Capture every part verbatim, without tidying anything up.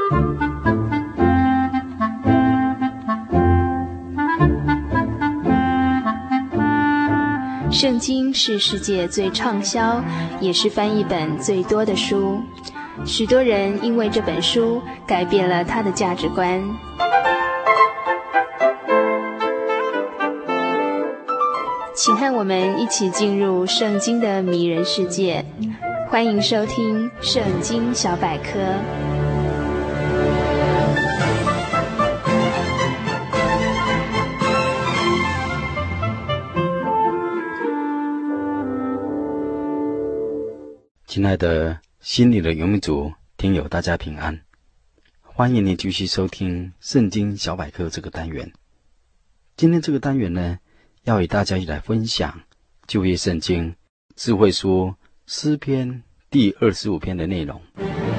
圣经是世界最畅销，也是翻译本最多的书。许多人因为这本书改变了他的价值观。请和我们一起进入圣经的迷人世界，欢迎收听圣经小百科。 亲爱的心里的游牧族听友，大家平安，欢迎你继续收听圣经小百科这个单元。今天这个单元呢，要与大家一起来分享旧约圣经智慧书诗篇第二十五篇的内容。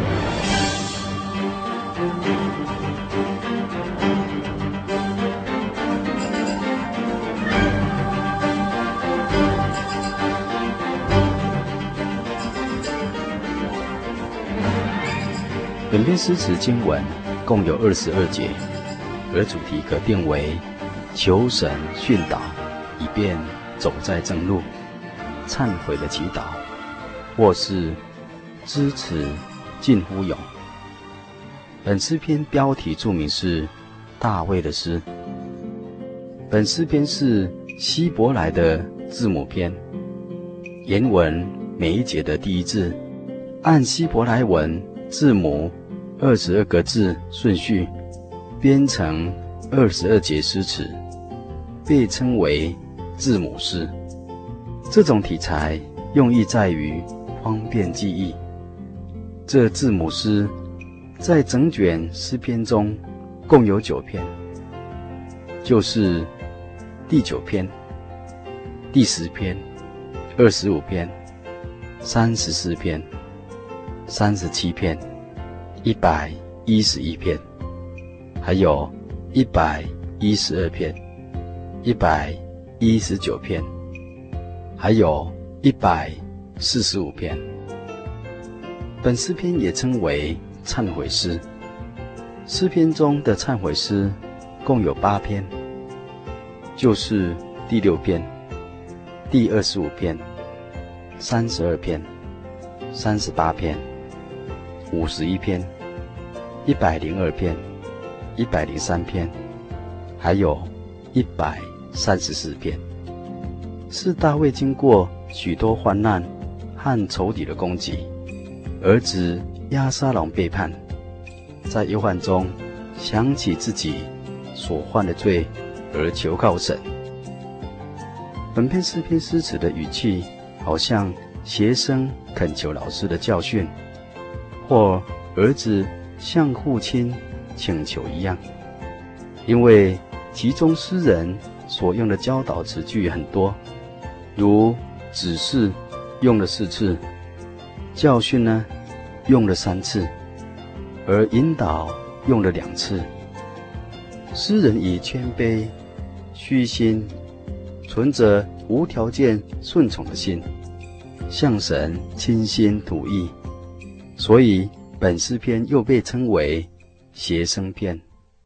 本篇诗词经文共有二十二节，而主题可定为求神训导，以便走在正路；忏悔的祈祷，或是支持近乎勇。本诗篇标题注明是大卫的诗。本诗篇是希伯来的字母篇，原文每一节的第一字按希伯来文字母二十二个字顺序编成二十二节诗词，被称为字母诗。这种题材用意在于方便记忆。这字母诗在整卷诗篇中共有九篇，就是第九篇、第十篇、二十五篇、三十四篇、三十七篇、一百一十一篇，还有一百一十二篇、一百一十九篇，还有一百四十五篇。本诗篇也称为忏悔诗。诗篇中的忏悔诗共有八篇，就是第六篇、第二十五篇、三十二篇、三十八篇、五十一篇、一百零二篇、一百零三篇，还有一百三十四篇。是大卫经过许多患难和仇敌的攻击，儿子押沙龙背叛，在忧患中想起自己所犯的罪而求告神。本篇诗篇诗词的语气好像学生恳求老师的教训，或儿子向父亲请求一样，因为其中诗人所用的教导词句很多，如指示用了四次，教训呢用了三次，而引导用了两次。诗人以谦卑、虚心，存着无条件顺从的心，向神倾心吐意，所以本诗篇又被称为学生篇。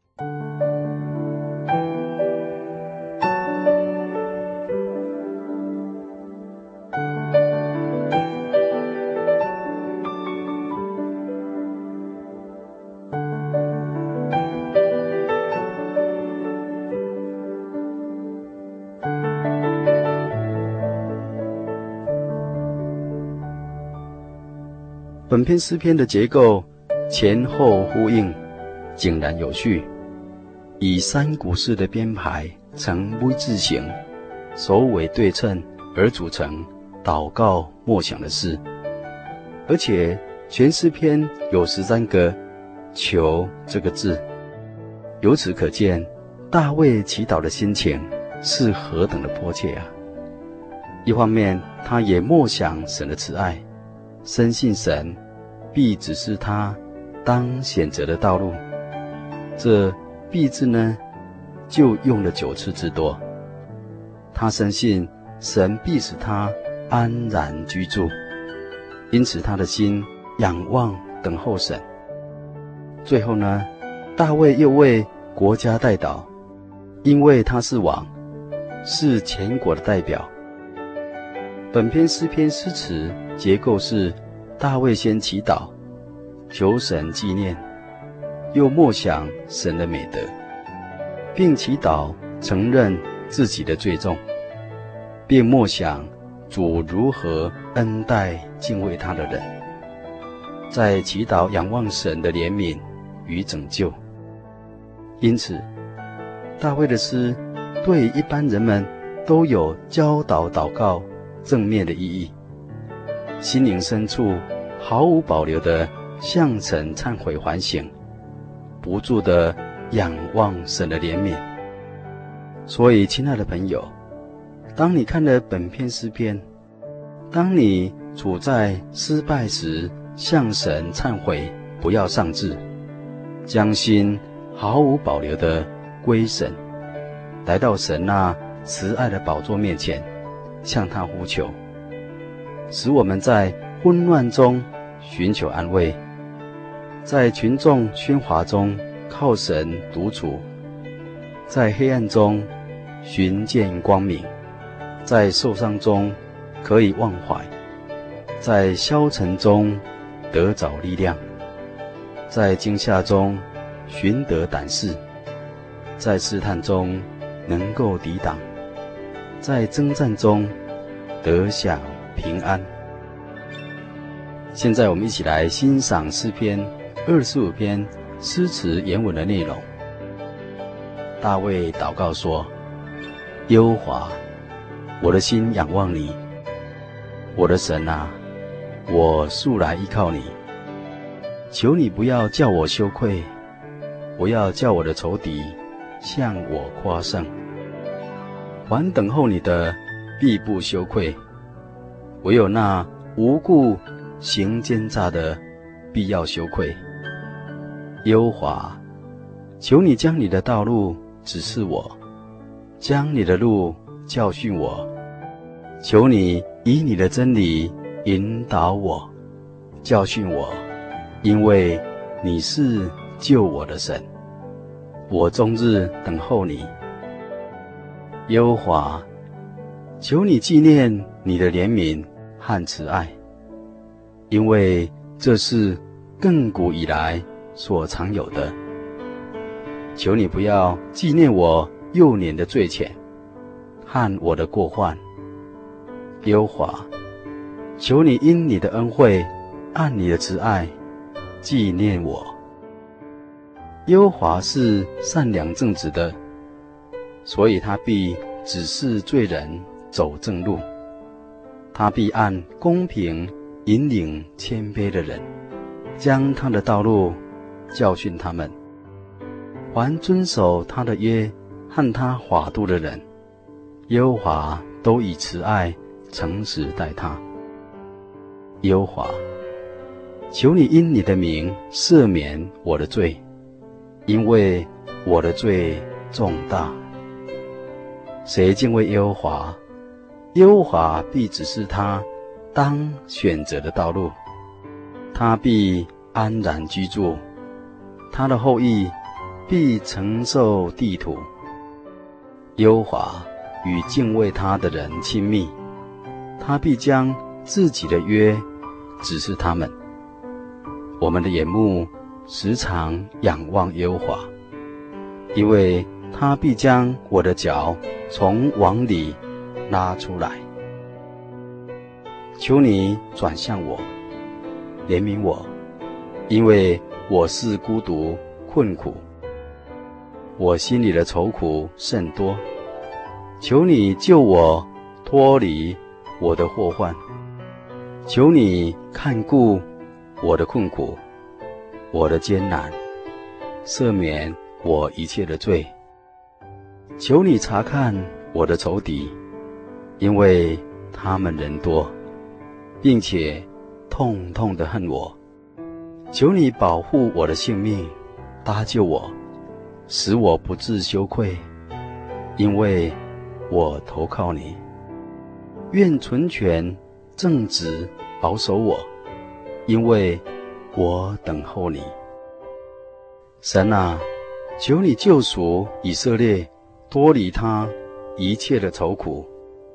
本篇诗篇的结构前后呼应，井然有序，以三股式的编排成 V 字形，首尾对称而组成祷告默想的诗。而且全诗篇有十三个求这个字，由此可见大卫祈祷的心情是何等的迫切啊！一方面他也默想神的慈爱，深信神必指示他当选择的道路。这必字呢，就用了九次之多。他深信神必使他安然居住，因此他的心仰望等候神。 最后呢，大卫又为国家代祷，因为他是王，是全国的代表。本篇诗篇诗词结构是大卫先祈祷，求神纪念，又默想神的美德，并祈祷承认自己的罪重，并默想主如何恩待敬畏他的人，在祈祷仰望神的怜悯与拯救。因此，大卫的诗对一般人们都有教导祷告正面的意义，心灵深处毫无保留地向神忏悔反省，不住地仰望神的怜悯。所以，亲爱的朋友，当你看了本篇诗篇，当你处在失败时，向神忏悔，不要丧志，将心毫无保留地归神，来到神那慈爱的宝座面前，向他呼求，使我们在混乱中寻求安慰，在群众喧哗中靠神独处，在黑暗中寻见光明，在受伤中可以忘怀，在消沉中得着力量，在惊吓中寻得胆识，在试探中能够抵挡，在征战中得享平安。现在我们一起来欣赏诗篇二十五篇诗词原文的内容。大卫祷告说：耶和华，我的心仰望你，我的神啊，我素来依靠你。求你不要叫我羞愧，不要叫我的仇敌向我夸胜。凡等候你的，必不羞愧；唯有那无故行奸诈的，必要羞愧。耶和华，求你将你的道路指示我，将你的路教训我。求你以你的真理引导我，教训我，因为你是救我的神。我终日等候你。耶和华，求你纪念你的怜悯和慈爱，因为这是亘古以来所常有的。求你不要纪念我幼年的罪愆和我的过患。耶和华，求你因你的恩惠，按你的慈爱纪念我。耶和华是善良正直的，所以他必指示罪人走正路，他必按公平引领谦卑的人，将他的道路教训他们。凡遵守他的约和他法度的人，耶和华都以慈爱诚实待他。耶和华，求你因你的名赦免我的罪，因为我的罪重大。谁敬畏耶和华，耶和华必指示他当选择的道路，他必安然居住，他的后裔必承受地土。耶和华与敬畏他的人亲密，他必将自己的约指示他们。我们的眼目时常仰望耶和华，因为他必将我的脚从网里拉出来。求你转向我，怜悯我，因为我是孤独困苦，我心里的愁苦甚多。求你救我脱离我的祸患，求你看顾我的困苦，我的艰难，赦免我一切的罪。求你查看我的仇敌，因为他们人多，并且痛痛地恨我。求你保护我的性命，搭救我，使我不致羞愧，因为我投靠你。愿纯全正直保守我，因为我等候你。 神啊，求你救赎以色列，脱离他一切的愁苦。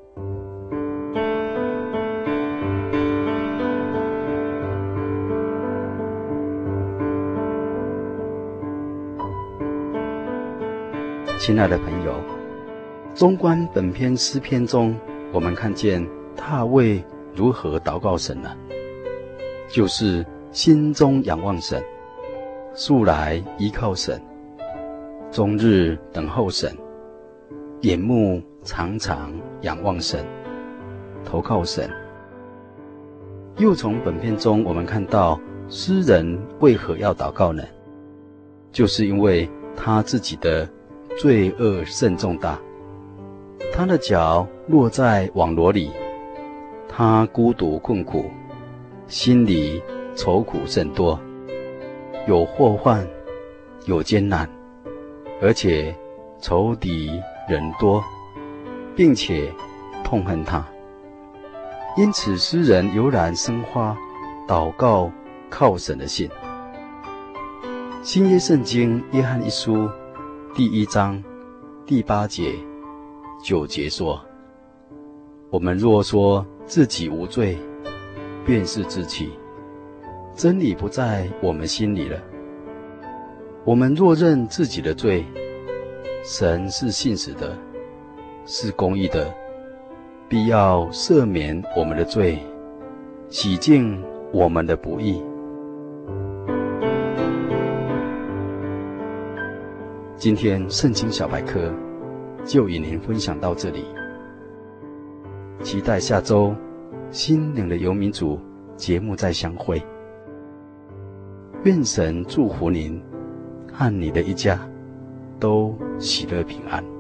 亲爱的朋友，纵观本篇诗篇中，我们看见大卫如何祷告神呢？就是心中仰望神，素来依靠神，终日等候神，眼目常常仰望神，投靠神。又从本篇中我们看到诗人为何要祷告呢？就是因为他自己的罪恶甚重大，他的脚落在网罗里，他孤独困苦，心里愁苦甚多，有祸患，有艰难，而且仇敌人多，并且痛恨他。因此诗人油然生发祷告靠神的信。新约圣经约翰一书第一章第八节九节说，我们若说自己无罪，便是自欺，真理不在我们心里了。我们若认自己的罪，神是信实的，是公义的，必要赦免我们的罪，洗净我们的不义。今天圣经小百科就与您分享到这里，期待下周心灵的游民族节目再相会。愿神祝福您和你的一家都喜乐平安。